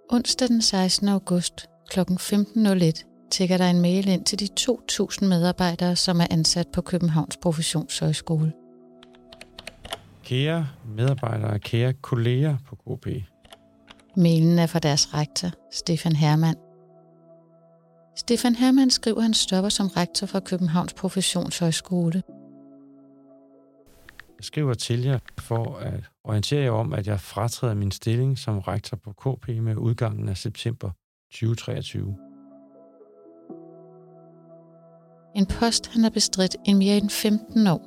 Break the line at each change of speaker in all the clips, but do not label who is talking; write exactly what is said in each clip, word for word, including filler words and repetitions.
Onsdag den sekstende august klokken femten nul et tikker der en mail ind til de to tusind medarbejdere, som er ansat på Københavns Professionshøjskole.
Kære medarbejdere, kære kolleger på K P.
Mailen er fra deres rektor, Stefan Hermann. Stefan Hermann skriver, at han stopper som rektor fra Københavns Professionshøjskole.
Jeg skriver til jer for at orientere jer om, at jeg fratræder min stilling som rektor på K P med udgangen af september tyve treogtyve.
En post, han har bestridt i mere end femten år.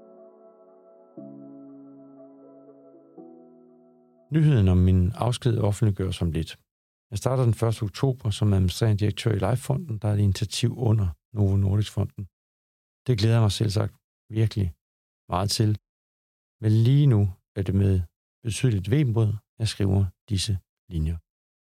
Nyheden om min afsked offentliggøres om lidt. Jeg starter den første oktober som administrerende direktør i Life-fonden, der er et initiativ under Novo Nordisk-fonden. Det glæder mig selvsagt virkelig meget til. Men lige nu er det med betydeligt vembrød, jeg skriver disse linjer.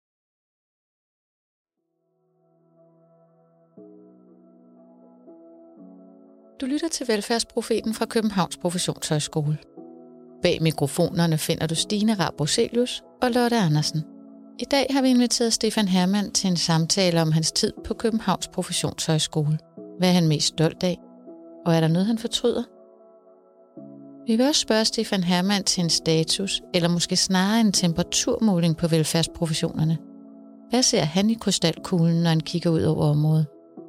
Du lytter til Velfærdsprofeten fra Københavns Professionshøjskole. Bag mikrofonerne finder du Stine Raab-Roselius og Lotte Andersen. I dag har vi inviteret Stefan Hermann til en samtale om hans tid på Københavns Professionshøjskole. Hvad er han mest stolt af? Og er der noget, han fortryder? Vi vil også spørge Stefan Hermann til en status, eller måske snarere en temperaturmåling på velfærdsprofessionerne. Hvad ser han i krystalkuglen, når han kigger ud over området?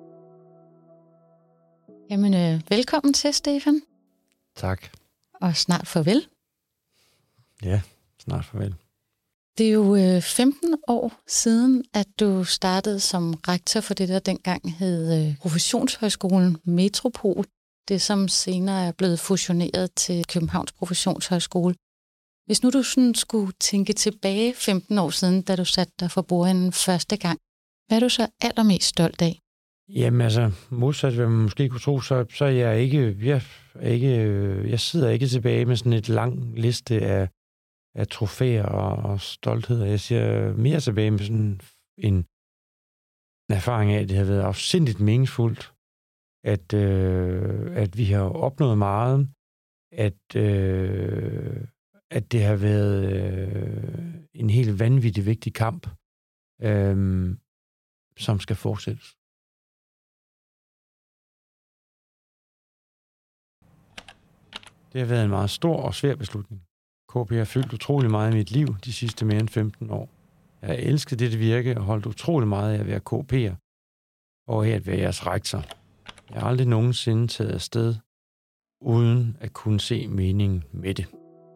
Jamen, øh, velkommen til, Stefan.
Tak.
Og snart farvel.
Ja, snart farvel.
Det er jo øh, femten år siden, at du startede som rektor for det, der dengang hed øh, Professionshøjskolen Metropol. Det, som senere er blevet fusioneret til Københavns Professionshøjskole. Hvis nu du sådan skulle tænke tilbage femten år siden, da du satte dig for bordenden første gang, hvad er du så allermest stolt af?
Jamen altså, modsat hvad man måske kunne tro, så, så er jeg ikke, jeg, er ikke, jeg sidder ikke tilbage med sådan et lang liste af, af trofæer og, og stoltheder. Jeg siger mere tilbage med sådan en, en erfaring af, at det har været afsindigt meningsfuldt, at, øh, at vi har opnået meget, at, øh, at det har været øh, en helt vanvittig vigtig kamp, øh, som skal fortsættes. Det har været en meget stor og svær beslutning. K P har fyldt utrolig meget i mit liv de sidste mere end femten år. Jeg har elsket dette virke og holdt utrolig meget af at være K P'er og af at være jeres rektor. Jeg har aldrig nogensinde taget afsted, uden at kunne se meningen med det.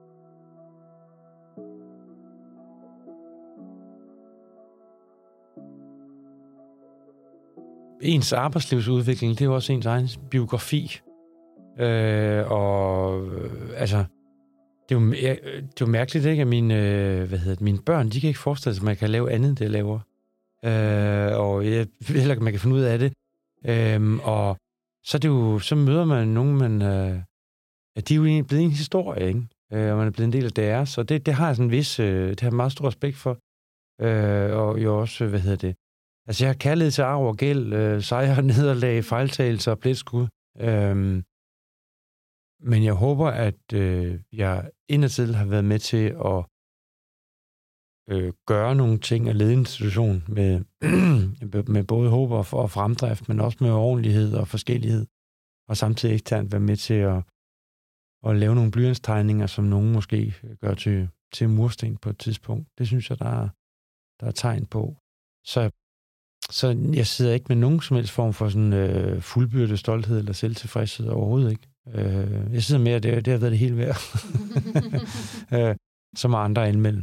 Ens arbejdslivsudvikling, det er jo også ens egen biografi. Øh, og øh, altså, det er, jo, det er jo mærkeligt, ikke, at mine, øh, hvad hedder det, mine børn, de kan ikke forestille sig, at man kan lave andet, end det jeg laver. Øh, og jeg ved heller ikke, man kan finde ud af det. Øh, og så, er det jo, så møder man nogen, man, øh, de er jo egentlig blevet en historie, ikke? Øh, og man er blevet en del af deres, og det, det har jeg sådan en vis, øh, det har jeg meget stor respekt for. Øh, og jo også, hvad hedder det, altså jeg har kærlighed til arv og gæld, øh, sejre, nederlag, fejltagelser og pletskud. Øh, Men jeg håber, at øh, jeg indadtil har været med til at øh, gøre nogle ting og lede en institution med, med både håb og, og fremdrift, men også med ordentlighed og forskellighed. Og samtidig eksternt være med til at, at lave nogle blyantstegninger, som nogen måske gør til, til mursten på et tidspunkt. Det synes jeg, der er, der er tegn på. Så, så jeg sidder ikke med nogen som helst form for sådan øh, fuldbyrdet stolthed eller selvtilfredshed overhovedet ikke. Øh, jeg sidder med, at det, det har været det hele værd. øh, som andre anmelde.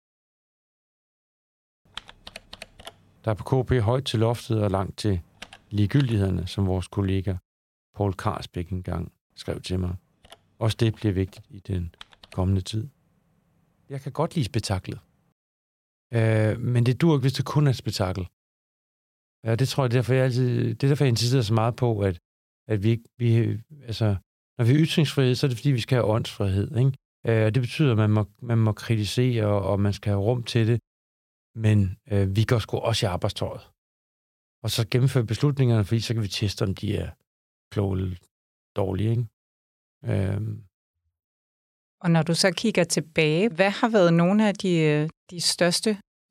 Der er på K P højt til loftet og langt til ligegyldighederne, som vores kollega Paul Carlsbæk engang skrev til mig. Også det bliver vigtigt i den kommende tid. Jeg kan godt lide spektaklet. Øh, men det dur ikke, hvis det kun er et spektakel. Ja, det tror jeg, derfor jeg altid, det er derfor, jeg insisterer så meget på, at, at vi ikke, vi, altså, når vi har ytringsfrihed, så er det fordi, vi skal have åndsfrihed, ikke? Øh, det betyder, at man må, man må kritisere, og, og man skal have rum til det, men øh, vi går sgu også i arbejdstøjet. Og så gennemføre beslutningerne, fordi så kan vi teste, om de er kloge eller dårlige, ikke? Øh,
Og når du så kigger tilbage, hvad har været nogle af de, de største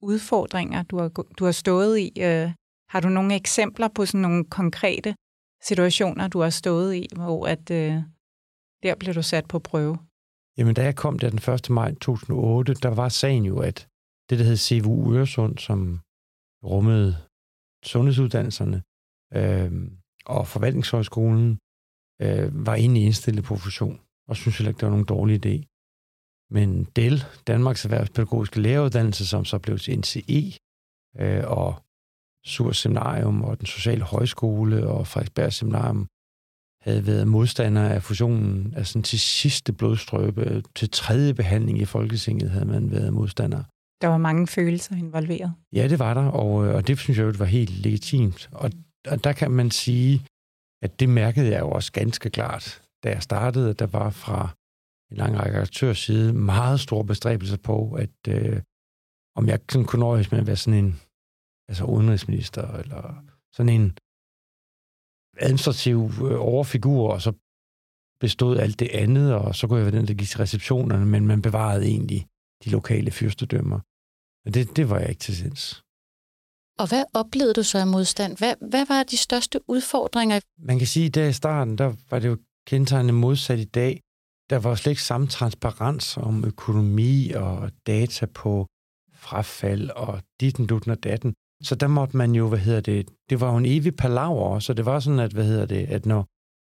udfordringer, du har, du har stået i? Øh, har du nogle eksempler på sådan nogle konkrete situationer, du har stået i, hvor at, øh, der blev du sat på prøve?
Jamen, da jeg kom der den første maj to tusind og otte, der var sagen jo, at det, der hed C V U Øresund, som rummede sundhedsuddannelserne øh, og forvaltningshøjskolen, øh, var egentlig indstillet på fusion, og synes heller ikke, det var nogen dårlig idé. Men D E L, Danmarks Erhvervspædagogiske Læreruddannelse, som så blev til N C E, øh, og Sur Seminarium og den Sociale Højskole og Frederiksberg Seminarium, havde været modstandere af fusionen, altså til sidste blodstrøbe, til tredje behandling i Folketinget havde man været modstander.
Der var mange følelser involveret.
Ja, det var der, og, og det synes jeg jo, det var helt legitimt. Og, og der kan man sige, at det mærkede jeg jo også ganske klart, da jeg startede. Der var fra en lang række aktørers side meget store bestræbelser på, at øh, om jeg sådan kunne nøjes med at være sådan en altså udenrigsminister, eller sådan en administrativ overfigur, og så bestod alt det andet, og så kunne jeg være den, der gik til receptionerne, men man bevarede egentlig de lokale fyrstedømmer. Og det, det var jeg ikke til sinds.
Og hvad oplevede du så af modstand? Hvad, hvad var de største udfordringer?
Man kan sige, at der i starten, der var det jo kendetegnende modsat i dag. Der var slet ikke samme transparens om økonomi og data på frafald og ditten, dutten og datten. Så der måtte man jo, hvad hedder det, det var jo en evig palaver, så det var sådan, at, hvad hedder det, at når,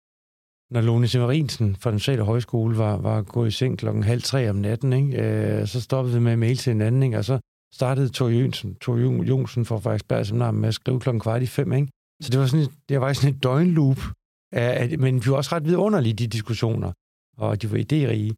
når Lone Severinsen fra den Sociale Højskole var, var gået i seng klokken halv tre om natten, ikke, øh, så stoppede vi med at mail til en anden, ikke, og så startede Tor Jønsen, Tor Jonsen fra Frederiksberg Seminarium med at skrive klokken kvart i fem, ikke? Så det var sådan et, det var sådan et døgnloop, af, men vi var også ret vidunderlige, de diskussioner, og de var idérige.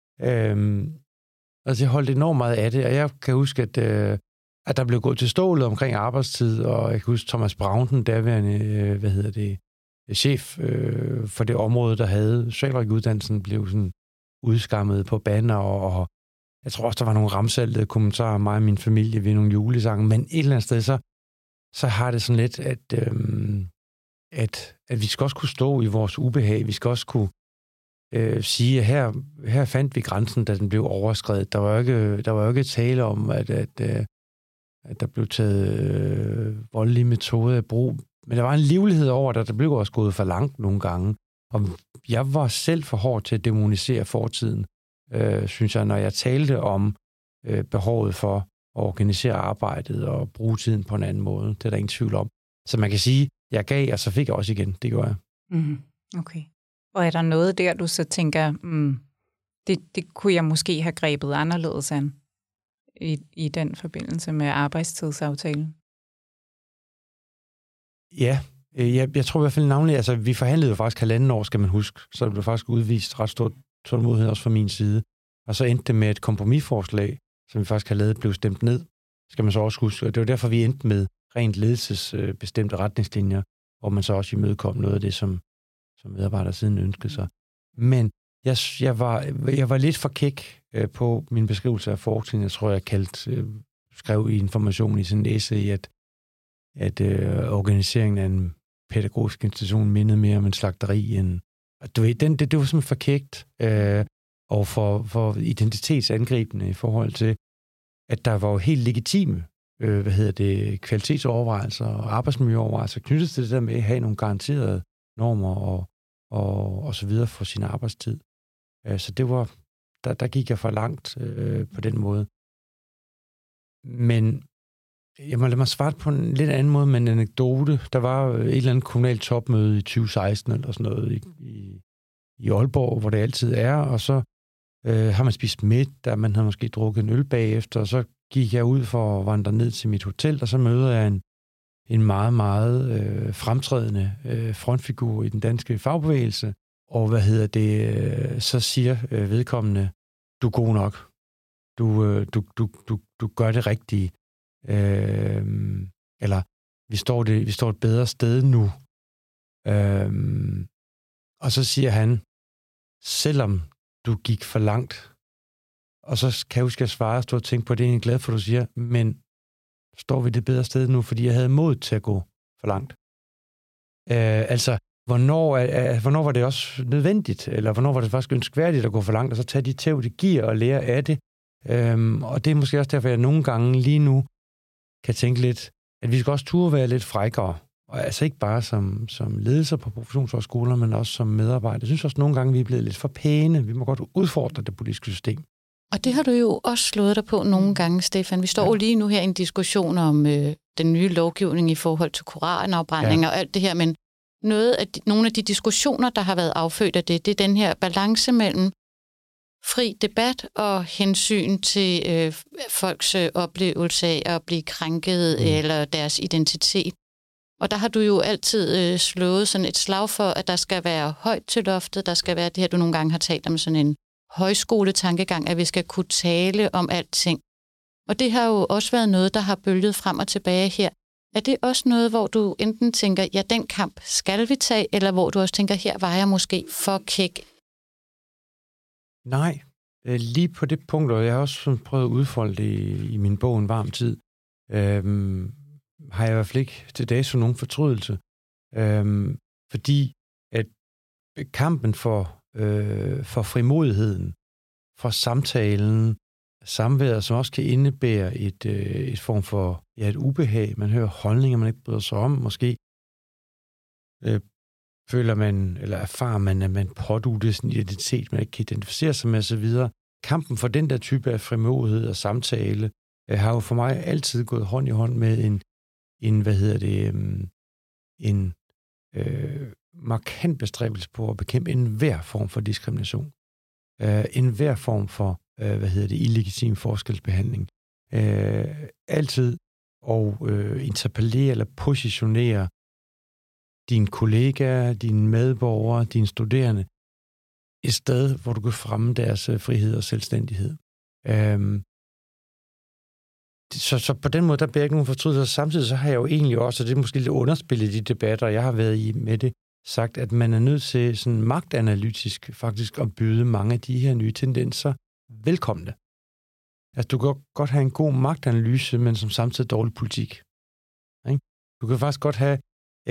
Øhm, altså, jeg holdt enormt meget af det, og jeg kan huske, at øh, at der blev gået til stålet omkring arbejdstid, og jeg kan huske Thomas Braun, den daværende, øh, hvad hedder det, chef øh, for det område, der havde socialrådgiveruddannelsen, blev sådan udskammet på banner, og, og jeg tror også, der var nogle ramsaltede kommentarer af mig og min familie ved nogle julesange, men et eller andet sted, så, så har det sådan lidt, at, øh, at, at vi skal også kunne stå i vores ubehag, vi skal også kunne øh, sige, at her, her fandt vi grænsen, da den blev overskredet. Der var jo ikke, der var jo ikke tale om, at, at øh, at der blev taget øh, voldelige metoder i brug. Men der var en livlighed over det, der blev også gået for langt nogle gange. Og jeg var selv for hård til at dæmonisere fortiden, øh, synes jeg, når jeg talte om øh, behovet for at organisere arbejdet og bruge tiden på en anden måde. Det er der ingen tvivl om. Så man kan sige, jeg gav, og så fik jeg også igen. Det gjorde jeg.
Mm, okay. Og er der noget der, du så tænker, mm, det, det kunne jeg måske have grebet anderledes an? I, i den forbindelse med arbejdstidsaftalen?
Ja, jeg, jeg tror i hvert fald navnlig, altså vi forhandlede jo faktisk halvanden år, skal man huske, så der blev faktisk udvist ret stor tålmodighed også fra min side. Og så endte det med et kompromisforslag, som vi faktisk har lavet, blev stemt ned, skal man så også huske. Og det var derfor, vi endte med rent ledelsesbestemte retningslinjer, hvor man så også imødekom noget af det, som, som medarbejdere siden ønskede sig. Men Jeg, jeg, var, jeg var lidt for kæk øh, på min beskrivelse af fortiden. Jeg tror, jeg kaldte, øh, skrev i Information i sådan en essay, at, at øh, organiseringen af en pædagogisk institution mindede mere om en slagteri end... Du ved, den, det, det var simpelthen for kækt øh, og for, for identitetsangribende i forhold til, at der var jo helt legitime øh, hvad hedder det, kvalitetsovervejelser og arbejdsmiljøovervejelser knyttet til det der med at have nogle garanterede normer og, og, og så videre for sin arbejdstid. Så det var, der, der gik jeg for langt øh, på den måde. Men jeg må lade mig svare på en lidt anden måde med en anekdote. Der var et eller andet kommunalt topmøde i tyve seksten eller sådan noget i, i, i Aalborg, hvor det altid er, og så øh, har man spist middag, man har måske drukket en øl bagefter, og så gik jeg ud for at vandre ned til mit hotel, og så møder jeg en, en meget, meget øh, fremtrædende øh, frontfigur i den danske fagbevægelse. Og hvad hedder det, så siger vedkommende, du er god nok. Du, du, du, du, du gør det rigtige. Øh, eller, vi står, det, vi står et bedre sted nu. Øh, og så siger han, selvom du gik for langt, og så kan jeg huske, at jeg svarer og stå og tænke på, det er jeg glad for, du siger, men står vi det bedre sted nu, fordi jeg havde mod til at gå for langt. Øh, altså, Hvornår, er, hvornår var det også nødvendigt, eller hvornår var det faktisk ønskværdigt at gå for langt, og så tage de tæv, det giver, og lære af det. Øhm, og det er måske også derfor, jeg nogle gange lige nu kan tænke lidt, at vi skal også turde være lidt frækkere. Og altså ikke bare som, som ledelser på professionshøjskoler, men også som medarbejdere. Jeg synes også nogle gange, vi er blevet lidt for pæne. Vi må godt udfordre det politiske system.
Og det har du jo også slået dig på nogle gange, Stefan. Vi står ja. jo lige nu her i en diskussion om øh, den nye lovgivning i forhold til koranafbrændinger ja. og alt det her, men noget af de, nogle af de diskussioner, der har været affødt af det, det er den her balance mellem fri debat og hensyn til øh, folks øh, oplevelse af at blive krænket mm. eller deres identitet. Og der har du jo altid øh, slået sådan et slag for, at der skal være højt til loftet, der skal være det her, du nogle gange har talt om sådan en højskoletankegang, at vi skal kunne tale om alting. Og det har jo også været noget, der har bølget frem og tilbage her. Er det også noget, hvor du enten tænker, ja, den kamp skal vi tage, eller hvor du også tænker, her var jeg måske for kæk?
Nej, lige på det punkt, og jeg har også prøvet at udfolde det i, i min bog En varm tid, øhm, har jeg i hvert fald ikke til dags nogen fortrydelse. Øhm, fordi at kampen for, øh, for frimodigheden, for samtalen, samværet, som også kan indebære et, øh, et form for ja, et ubehag. Man hører holdninger, man ikke bryder sig om. Måske øh, føler man, eller erfarer man, at man pådutter sin identitet, man ikke kan identificere sig med osv. Kampen for den der type af frimodighed og samtale øh, har jo for mig altid gået hånd i hånd med en, en hvad hedder det, øh, en øh, markant bestræbelse på at bekæmpe enhver form for diskrimination. Øh, enhver form for øh, hvad hedder det, illegitim forskelsbehandling. Øh, altid og øh, interpellere eller positionere dine kollegaer, dine medborgere, dine studerende et sted, hvor du kan fremme deres øh, frihed og selvstændighed. Øh, så, så på den måde, der bliver jeg ikke nogen fortrydelse. Samtidig så har jeg jo egentlig også, og det er måske lidt underspillet i de debatter, jeg har været i med det, sagt, at man er nødt til sådan magtanalytisk faktisk at byde mange af de her nye tendenser velkomne. Altså, du kan godt have en god magtanalyse, men som samtidig dårlig politik. Ikke? Du kan faktisk godt have,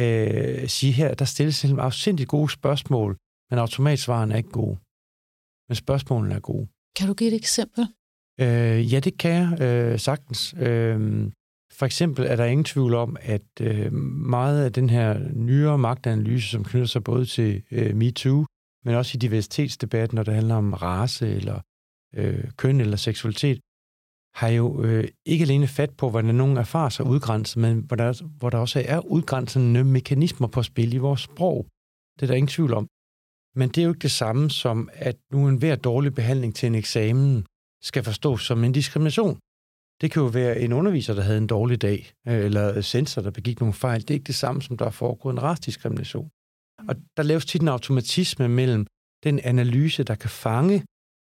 øh, sige her, der stilles en afsindigt gode spørgsmål, men automatsvarene er ikke gode. Men spørgsmålene er gode.
Kan du give et eksempel?
Øh, ja, det kan jeg øh, sagtens. Øh, For eksempel er der ingen tvivl om, at øh, meget af den her nyere magtanalyse, som knytter sig både til øh, MeToo, men også i diversitetsdebatten, når det handler om race eller øh, køn eller seksualitet, har jo øh, ikke alene fat på, hvordan nogen erfarer sig udgrænset, men hvor der, hvor der også er udgrænsende mekanismer på spil i vores sprog. Det er der ingen tvivl om. Men det er jo ikke det samme som, at nu enhver dårlig behandling til en eksamen skal forstås som en diskrimination. Det kan jo være en underviser, der havde en dårlig dag, eller censor, der begik nogle fejl. Det er ikke det samme, som der er foregået en racediskrimination. Og der laves tit en automatisme mellem den analyse, der kan fange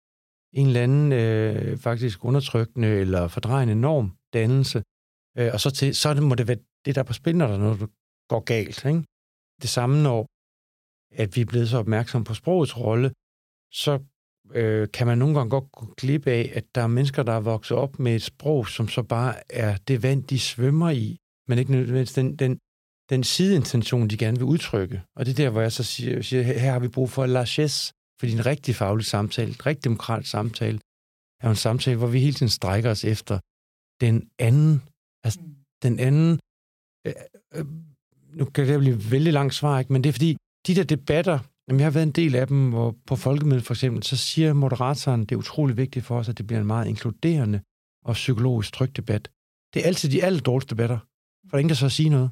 en eller anden øh, faktisk undertrykkende eller fordrejende normdannelse, øh, og så, til, så må det være det, der er på spil, når der noget går galt. Ikke? Det samme, når at vi er blevet så opmærksomme på sprogets rolle, så øh, kan man nogle gange godt gå glip af, at der er mennesker, der er vokset op med et sprog, som så bare er det vand, de svømmer i, men ikke nødvendigvis den, den, den sideintention, de gerne vil udtrykke. Og det er der, hvor jeg så siger, siger her har vi brug for largesse, fordi en rigtig faglig samtale, en rigtig demokratisk samtale, er en samtale, hvor vi hele tiden strækker os efter den anden, altså den anden, øh, øh, nu kan det blive vældig langt svar, ikke? Men det er fordi, de der debatter, jamen jeg har været en del af dem, hvor på Folkemødet for eksempel, så siger moderatoren, det er utrolig vigtigt for os, at det bliver en meget inkluderende og psykologisk tryg debat. Det er altid de aller dårligste debatter, for der er ingen, der så sige noget.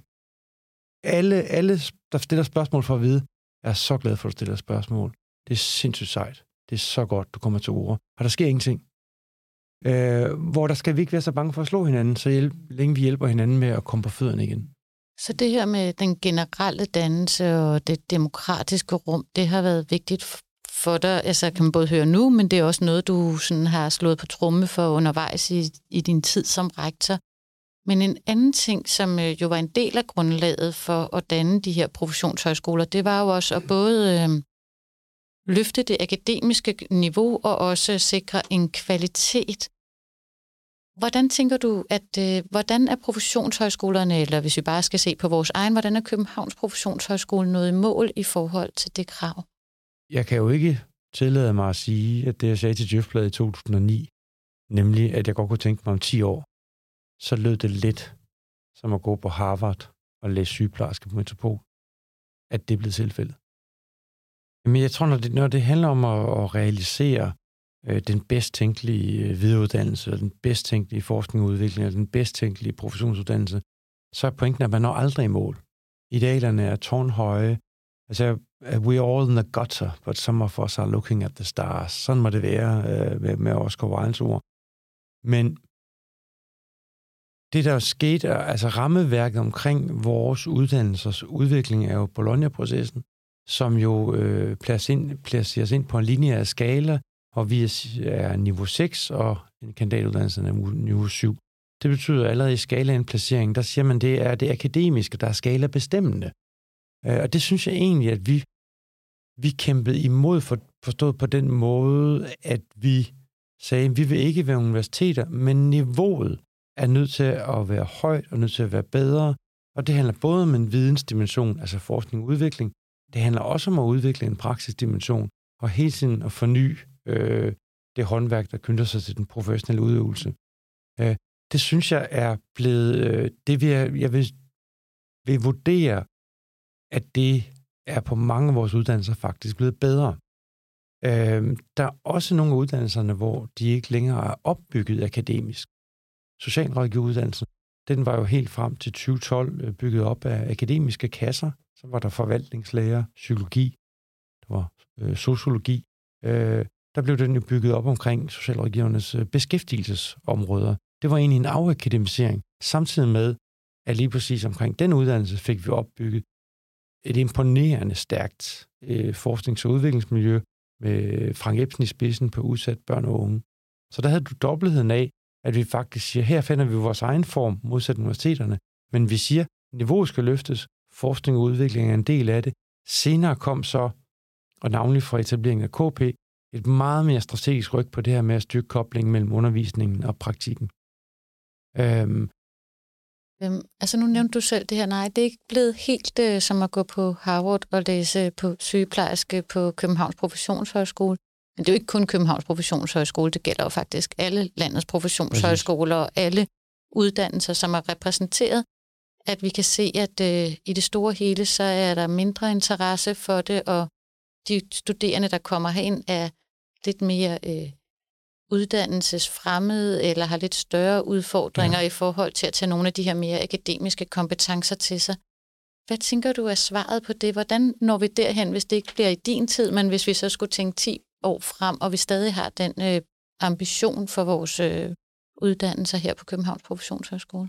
Alle, alle, der stiller spørgsmål for at vide, jeg er så glad for, at du stiller spørgsmål. Det er sindssygt sejt. Det er så godt, du kommer til ord. Og der sker ingenting. Øh, hvor der skal vi ikke være så bange for at slå hinanden, så hjælp, længe vi hjælper hinanden med at komme på fødderne igen.
Så det her med den generelle dannelse og det demokratiske rum, det har været vigtigt for dig. Altså kan man både høre nu, men det er også noget, du sådan har slået på tromme for undervejs i, i din tid som rektor. Men en anden ting, som jo var en del af grundlaget for at danne de her professionshøjskoler, det var jo også at både øh, løfte det akademiske niveau og også sikre en kvalitet. Hvordan tænker du, at øh, hvordan er professionshøjskolerne, eller hvis vi bare skal se på vores egen, hvordan er Københavns Professionshøjskole nået i mål i forhold til det krav?
Jeg kan jo ikke tillade mig at sige, at det jeg sagde til Djøfbladet i to tusind og ni, nemlig at jeg godt kunne tænke mig om ti år, så lød det lidt som at gå på Harvard og læse sygeplejerske på Metropol, at det er blevet tilfældet. Men jeg tror, når det, når det handler om at, at realisere øh, den bedst tænkelige øh, videreuddannelse, den bedst tænkelige forskning og udvikling, eller den bedst tænkelige professionsuddannelse, så er pointen, at man når aldrig i mål. Idealerne er tårnhøje. Altså, we're all in the gutter, but some of us are looking at the stars. Sådan må det være øh, med, med Oscar Wildes ord. Men det, der er sket, er, altså rammeværket omkring vores uddannelsers udvikling, er jo Bologna-processen, som jo øh, placeres ind på en lineær skala, og vi er niveau seks, og en kandidatuddannelse er niveau syv. Det betyder allerede i skalaindplaceringen, der siger man, det er det akademiske, der er skalabestemmende. Og det synes jeg egentlig, at vi, vi kæmpede imod, for, forstået på den måde, at vi sagde, at vi vil ikke være universiteter, men niveauet er nødt til at være højt og nødt til at være bedre. Og det handler både om en vidensdimension, altså forskning og udvikling. Det handler også om at udvikle en praksisdimension, og hele tiden at forny øh, det håndværk, der knytter sig til den professionelle udøvelse. Øh, det synes jeg er blevet, øh, det vil jeg, jeg vil, vil vurdere, at det er på mange af vores uddannelser faktisk blevet bedre. Øh, der er også nogle af uddannelserne, hvor de ikke længere er opbygget akademisk. Socialrådgiveruddannelsen, den var jo helt frem til tyve tolv bygget op af akademiske kasser. Så var der forvaltningslærer, psykologi, der var øh, sociologi. Øh, der blev den jo bygget op omkring socialrådgivernes øh, beskæftigelsesområder. Det var egentlig en afakademisering, samtidig med, at lige præcis omkring den uddannelse fik vi opbygget et imponerende stærkt øh, forsknings- og udviklingsmiljø med Frank Ebsen i spidsen på udsat børn og unge. Så der havde du dobbeltheden af, at vi faktisk siger, her finder vi vores egen form modsat universiteterne, men vi siger, at niveauet skal løftes, forskning og udvikling er en del af det. Senere kom så, og navnlig fra etableringen af K P, et meget mere strategisk ryg på det her med at styrke koblingen mellem undervisningen og praktikken. Øhm,
Øhm, altså nu nævnte du selv det her, nej, det er ikke blevet helt øh, som at gå på Harvard og læse på sygeplejerske på Københavns Professionshøjskole. Men det er jo ikke kun Københavns Professionshøjskole, det gælder jo faktisk alle landets professionshøjskoler og alle uddannelser, som er repræsenteret, at vi kan se, at øh, i det store hele, så er der mindre interesse for det, og de studerende, der kommer herind, er lidt mere øh, uddannelsesfremmede, eller har lidt større udfordringer ja. i forhold til at tage nogle af de her mere akademiske kompetencer til sig. Hvad tænker du er svaret på det? Hvordan når vi derhen, hvis det ikke bliver i din tid, men hvis vi så skulle tænke ti år frem, og vi stadig har den øh, ambition for vores øh, uddannelser her på Københavns Professionshøjskole?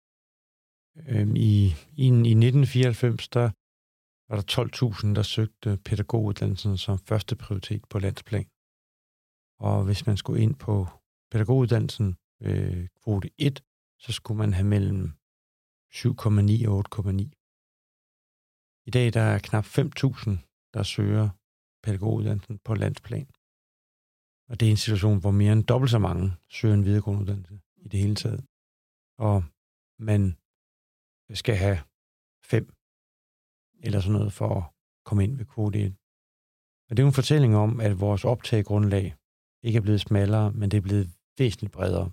Øhm, i, i, I nitten fireoghalvfems, der var der tolv tusind, der søgte pædagoguddannelsen som første prioritet på landsplan. Og hvis man skulle ind på pædagoguddannelsen øh, kvote et, så skulle man have mellem syv komma ni og otte komma ni. I dag der er knap fem tusind, der søger pædagoguddannelsen på landsplan. Og det er en situation, hvor mere end dobbelt så mange søger en videregående uddannelse i det hele taget. Og man skal have fem eller sådan noget for at komme ind ved kvote et. Og det er jo en fortælling om, at vores optagegrundlag ikke er blevet smallere, men det er blevet væsentligt bredere.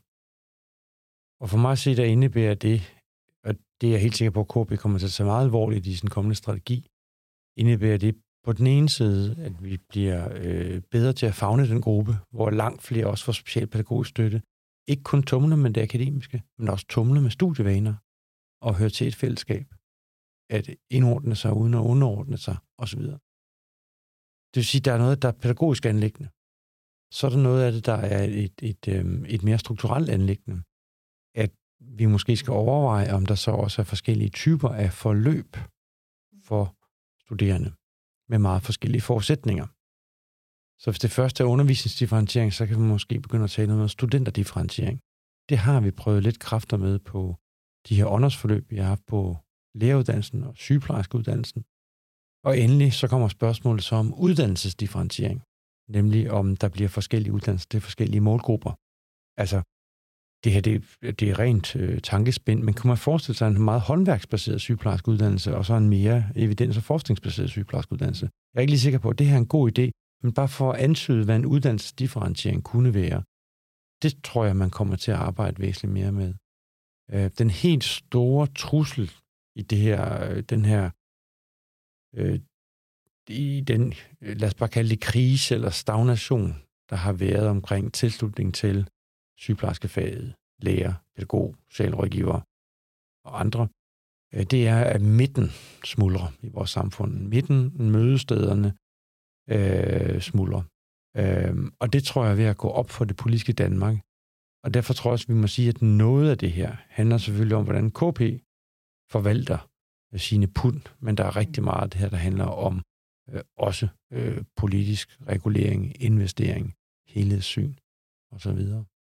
Og for mig at se, der indebærer det, og det er jeg helt sikker på, at K P kommer til at tage meget alvorligt i sin kommende strategi, indebærer det på den ene side, at vi bliver øh, bedre til at favne den gruppe, hvor langt flere også får specialpædagogisk støtte. Ikke kun tumler med det akademiske, men også tumler med studievaner og høre til et fællesskab. At indordne sig uden at underordne sig osv. Det vil sige, at der er noget, der er pædagogisk anliggende. Så er der noget af det, der er et, et, et, et mere strukturelt anliggende. At vi måske skal overveje, om der så også er forskellige typer af forløb for studerende med meget forskellige forudsætninger. Så hvis det første er undervisningsdifferentiering, så kan vi måske begynde at tale noget om studenterdifferentiering. Det har vi prøvet lidt kræfter med på de her åndersforløb, vi har haft på læreruddannelsen og sygeplejerskeuddannelsen. Og endelig så kommer spørgsmålet så om uddannelsesdifferentiering, nemlig om der bliver forskellige uddannelser til forskellige målgrupper. Altså, det her det, det er rent øh, tankespind, men kunne man forestille sig en meget håndværksbaseret sygeplejerskeuddannelse, og så en mere evidens- og forskningsbaseret sygeplejerskeuddannelse? Jeg er ikke lige sikker på, at det her er en god idé, men bare for at antyde, hvad en uddannelsesdifferentiering kunne være, det tror jeg, man kommer til at arbejde væsentligt mere med. Øh, den helt store trussel i det her, øh, den her, øh, i den, lad os bare kalde det krise eller stagnation, der har været omkring tilslutning til sygeplejerskefaget, læger, pædagog, socialrådgiver og andre, øh, det er, at midten smuldrer i vores samfund. Midten, mødestederne øh, smuldrer. Øh, og det tror jeg er ved at gå op for det politiske Danmark. Og derfor tror jeg også, at vi må sige, at noget af det her handler selvfølgelig om, hvordan K P forvalter sine pund, men der er rigtig meget af det her, der handler om øh, også øh, politisk regulering, investering, helhedssyn osv.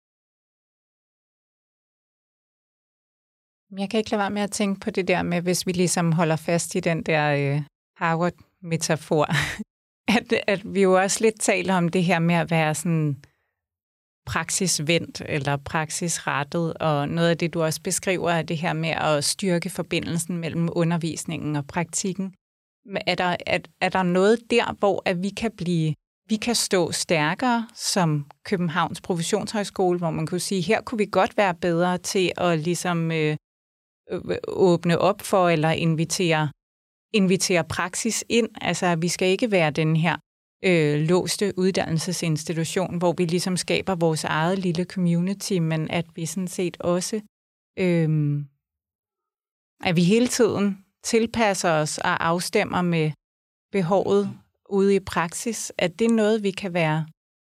Jeg kan ikke lade være med at tænke på det der med, hvis vi ligesom holder fast i den der øh, Harvard-metafor, at, at vi jo også lidt taler om det her med at være sådan praksisvendt eller praksisrettet, og noget af det, du også beskriver, er det her med at styrke forbindelsen mellem undervisningen og praktikken. Er der, er, er der noget der, hvor at vi kan blive, vi kan stå stærkere som Københavns Professionshøjskole, hvor man kunne sige, her kunne vi godt være bedre til at ligesom øh, åbne op for eller invitere, invitere praksis ind. Altså, vi skal ikke være den her øh, låste uddannelsesinstitution, hvor vi ligesom skaber vores eget lille community, men at vi sådan set også, øh, at vi hele tiden tilpasser os og afstemmer med behovet ude i praksis. At det er noget, vi kan være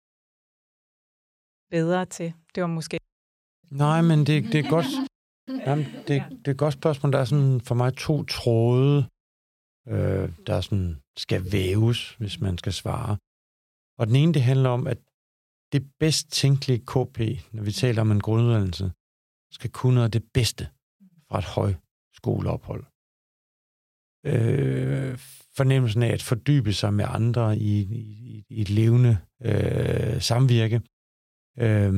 bedre til. Det var måske...
Nej, men det, det er godt. Jamen, det, det er et godt spørgsmål. Der er sådan for mig to tråde, øh, der sådan skal væves, hvis man skal svare. Og den ene, det handler om, at det bedst tænkelige K P, når vi taler om en grunduddannelse, skal kunne noget af det bedste fra et højskoleophold. Øh, fornemmelsen af at fordybe sig med andre i, i, i et levende øh, samvirke. Øh,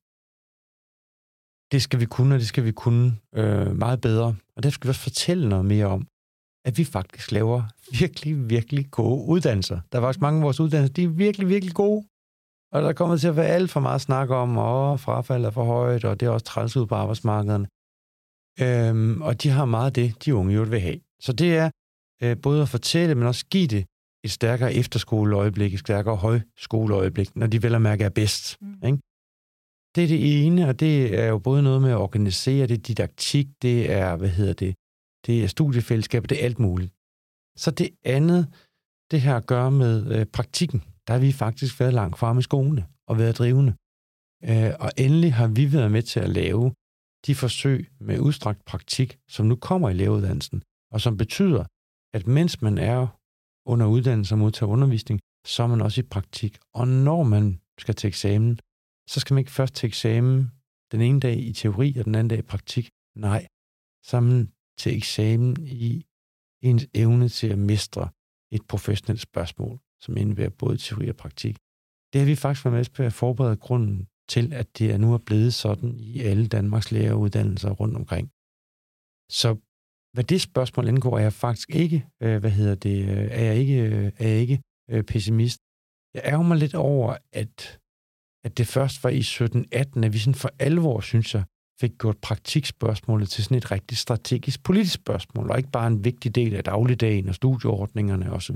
det skal vi kunne, og det skal vi kunne øh, meget bedre. Og derfor skal vi også fortælle noget mere om, at vi faktisk laver virkelig, virkelig gode uddannelser. Der er faktisk mange af vores uddannelser, de er virkelig, virkelig gode. Og der kommer til at være alt for meget snak om, og frafald er for højt, og det er også træls ud på arbejdsmarkederne. Øhm, og de har meget af det, de unge jo vil have. Så det er øh, både at fortælle, men også give det et stærkere efterskoleøjeblik, et stærkere højskoleøjeblik, når de vel at mærke er bedst. Mm. Ikke? Det er det ene, og det er jo både noget med at organisere, det er didaktik, det er, hvad hedder det, det er studiefællesskab, det er alt muligt. Så det andet, det her at gøre med øh, praktikken, der har vi faktisk været langt fremme i skolene og været drivende. Øh, og endelig har vi været med til at lave de forsøg med udstrakt praktik, som nu kommer i læreruddannelsen, og som betyder, at mens man er under uddannelse og modtager undervisning, så er man også i praktik. Og når man skal til eksamen, så skal man ikke først til eksamen den ene dag i teori og den anden dag i praktik. Nej, så er man til eksamen i ens evne til at mestre et professionelt spørgsmål, som indebærer både teori og praktik. Det har vi faktisk været med til at forberede grunden til, at det er nu er blevet sådan i alle Danmarks læreruddannelser rundt omkring. Så hvad det spørgsmål indgår, er jeg faktisk ikke, øh, hvad hedder det, øh, er jeg ikke, øh, er jeg ikke øh, pessimist. Jeg ærger mig lidt over, at, at det først var i sytten atten, at vi sådan for alvor, synes jeg, fik gjort praktikspørgsmålet til sådan et rigtig strategisk politisk spørgsmål, og ikke bare en vigtig del af dagligdagen og studieordningerne osv.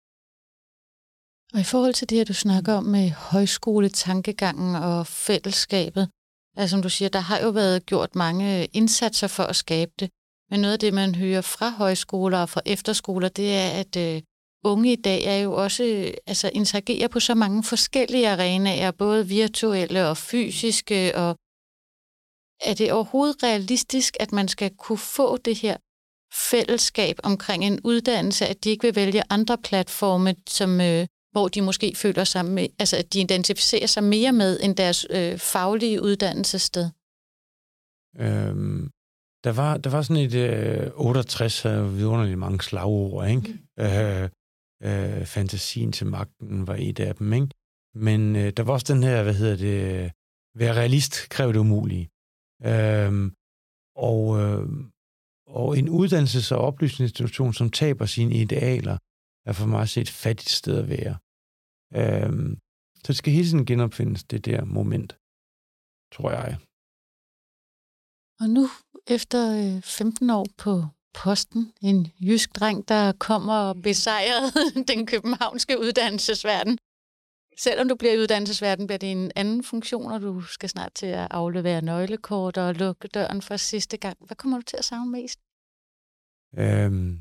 Og i forhold til det her, du snakker om med højskoletankegangen og fællesskabet, altså som du siger, der har jo været gjort mange indsatser for at skabe det, men noget af det, man hører fra højskoler og fra efterskoler, det er, at øh, unge i dag er jo også, øh, altså interagerer på så mange forskellige arenaer, både virtuelle og fysiske, og er det overhovedet realistisk, at man skal kunne få det her fællesskab omkring en uddannelse, at de ikke vil vælge andre platforme, som, øh, hvor de måske føler sig med, altså at de identificerer sig mere med end deres øh, faglige uddannelsessted?
Øhm, der, var, der var sådan et øh, otteogtres øh, vidunderligt mange slagord, ikke? Mm. Øh, øh, fantasien til magten var et af dem, ikke? Men øh, der var også den her, hvad hedder det, være realist kræver det umulige. Øhm, og, øh, og en uddannelses- og oplysningsinstitution, som taber sine idealer, er for mig set et fattigt sted at være. Øhm, så det skal hele tiden genopfindes, det der moment, tror jeg.
Og nu, efter femten år på posten, en jysk dreng, der kommer og besejrer den københavnske uddannelsesverden. Selvom du bliver i uddannelsesverden, bliver det en anden funktion, og du skal snart til at aflevere nøglekort og lukke døren for sidste gang. Hvad kommer du til at savne mest?
Øhm,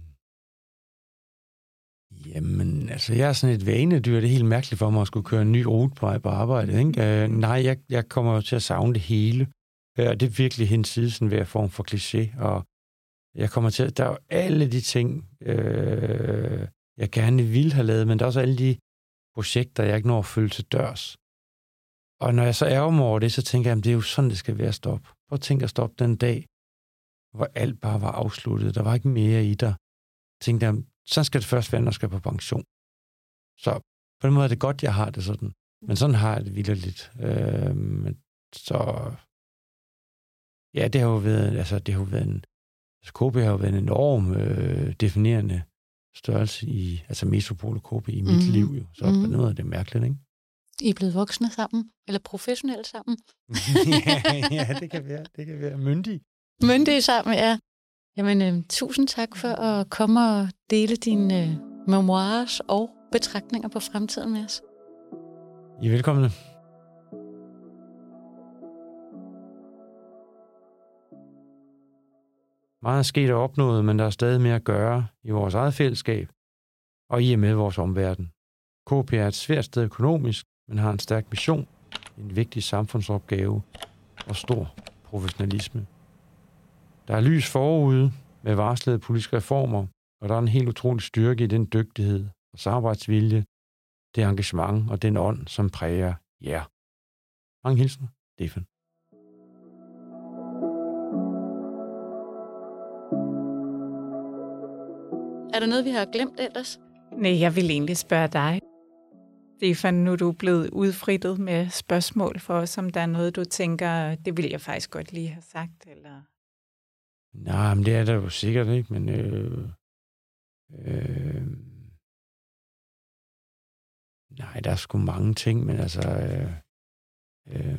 jamen, altså, jeg er sådan et vanedyr. Det er helt mærkeligt for mig at skulle køre en ny rute på vej på arbejde. Ikke? Øh, nej, jeg, jeg kommer til at savne det hele. Øh, og det er virkelig hinsides en hver form for kliché. Og jeg kommer til at... Der er jo alle de ting, øh, jeg gerne ville have lavet, men der er også alle de projekter, jeg ikke når at følge til dørs. Og når jeg så ærger mig over det, så tænker jeg, at det er jo sådan, det skal være at stoppe. Prøv at tænke at stoppe den dag, hvor alt bare var afsluttet. Der var ikke mere i dig. Jeg tænkte jeg, sådan skal det først være, når jeg skal på pension. Så på den måde er det godt, jeg har det sådan. Men sådan har jeg det vildt. Øh, så ja, det har jo været, altså det har jo været en, altså K P har jo været en enorm øh, definerende størrelse i, altså Metropol og K P i mit mm-hmm. liv jo. Så mm-hmm. på noget af det mærkeligt, ikke?
I er blevet voksne sammen? Eller professionelle sammen?
ja, ja, det kan være. Det kan være myndige.
Myndige sammen, ja. Jamen, øh, tusind tak for at komme og dele dine øh, memoirs og betragtninger på fremtiden med os.
I er velkomne. Meget er sket og opnået, men der er stadig mere at gøre i vores eget fællesskab og i og med vores omverden. K P er et svært sted økonomisk, men har en stærk mission, en vigtig samfundsopgave og stor professionalisme. Der er lys forude med varslede politiske reformer, og der er en helt utrolig styrke i den dygtighed og samarbejdsvilje, det engagement og den ånd, som præger jer. Mange hilsner, Stefan.
Er der noget, vi har glemt ellers?
Nej, jeg vil egentlig spørge dig. Stefan, nu er du blevet udfrittet med spørgsmål for os, om der er noget, du tænker, det vil jeg faktisk godt lige have sagt, eller...
Nej, men det er der jo sikkert ikke, men... Øh, øh, nej, der er sgu mange ting, men altså... Øh, øh,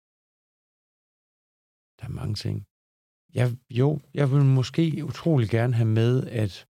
der er mange ting. Jeg, jo, jeg vil måske utrolig gerne have med, at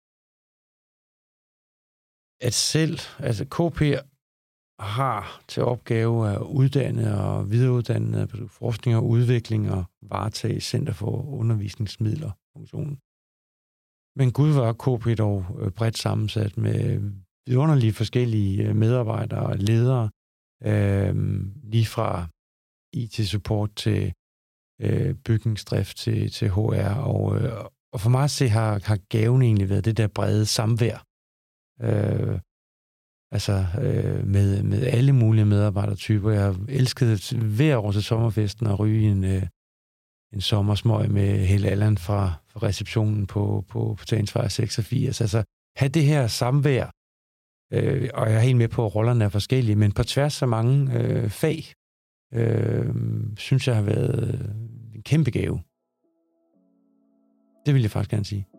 at selv, altså K P har til opgave at uddanne og videreuddanne på forskning og udvikling og varetage Center for Undervisningsmidler funktionen. Men Gud var K P dog bredt sammensat med vidunderlige forskellige medarbejdere og ledere, øh, lige fra I T-support til øh, bygningsdrift til, til H R. Og, øh, og for mig at se har, har gaven egentlig været det der brede samvær. Øh, altså øh, med, med alle mulige medarbejdertyper. Jeg elskede hver år til sommerfesten at ryge en, øh, en sommersmøg med hele Allan fra, fra receptionen på, på, på Tagensvej seksogfirs. Altså have det her samvær, øh, og jeg er helt med på, at rollerne er forskellige, men på tværs af mange øh, fag, øh, synes jeg har været en kæmpe gave. Det vil jeg faktisk gerne sige.